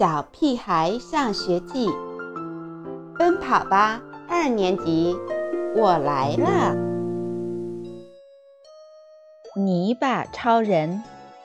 小屁孩上学记》，奔跑吧2年级，我来了。 泥巴超人。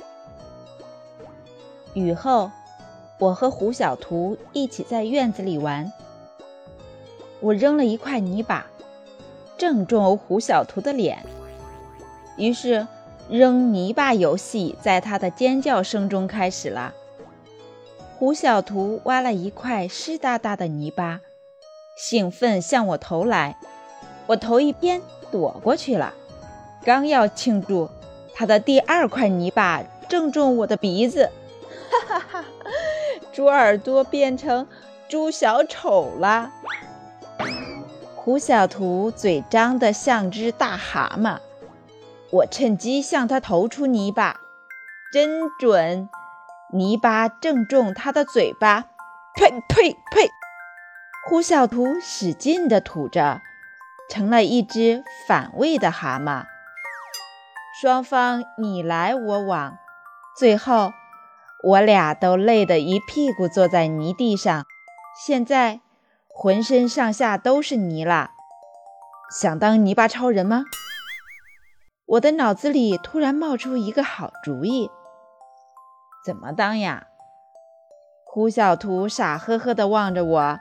雨后，我和胡小图一起在院子里玩。我扔了一块泥巴，正中胡小图的脸，于是扔泥巴游戏在他的尖叫声中开始了。胡小图挖了一块湿哒哒的泥巴，兴奋向我投来，我头一偏躲过去了。刚要庆祝，他的第2块泥巴正中我的鼻子，哈哈哈！猪耳朵变成猪小丑了。胡小图嘴张得像只大蛤蟆，我趁机向他投出泥巴，真准！泥巴正中他的嘴巴，呸呸呸！胡小图使劲地吐着，成了一只反胃的蛤蟆。双方你来我往，最后我俩都累得一屁股坐在泥地上，现在浑身上下都是泥了。想当泥巴超人吗？我的脑子里突然冒出一个好主意。怎么当呀？胡小图傻呵呵地望着我。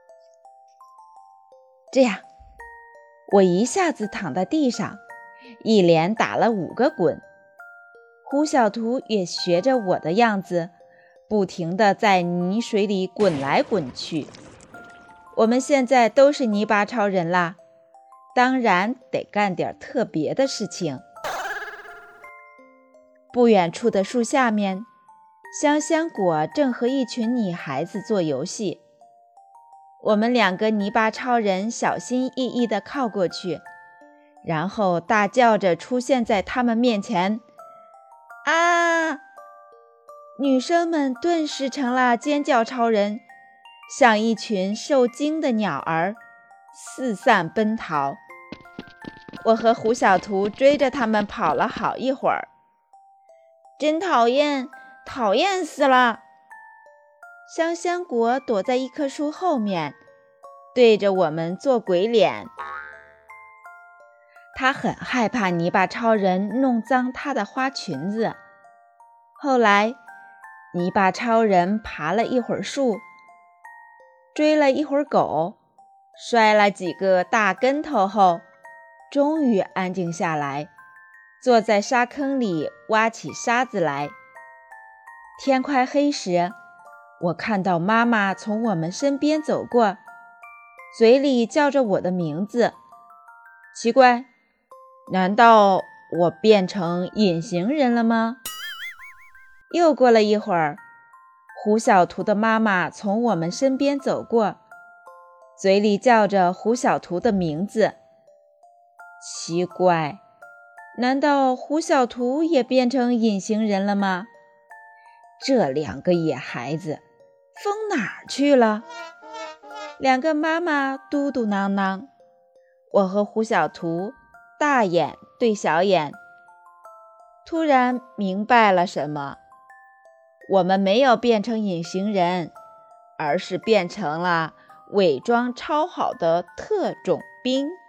这样，我一下子躺在地上，一连打了5个滚。胡小图也学着我的样子，不停地在泥水里滚来滚去。我们现在都是泥巴超人啦，当然得干点特别的事情。不远处的树下面，香香果正和一群女孩子做游戏。我们2个泥巴超人小心翼翼地靠过去，然后大叫着出现在他们面前。啊！女生们顿时成了尖叫超人，像一群受惊的鸟儿，四散奔逃。我和胡小图追着他们跑了好一会儿。真讨厌，讨厌死了！香香果躲在一棵树后面，对着我们做鬼脸。他很害怕泥巴超人弄脏他的花裙子。后来，泥巴超人爬了一会儿树，追了一会儿狗，摔了几个大跟头后，终于安静下来，坐在沙坑里挖起沙子来。天快黑时，我看到妈妈从我们身边走过，嘴里叫着我的名字。奇怪，难道我变成隐形人了吗？又过了一会儿，胡小图的妈妈从我们身边走过，嘴里叫着胡小图的名字。奇怪，难道胡小图也变成隐形人了吗？这2个野孩子疯哪儿去了？2个妈妈嘟嘟囔囔，我和胡小图大眼对小眼。突然明白了什么，我们没有变成隐形人，而是变成了伪装超好的特种兵。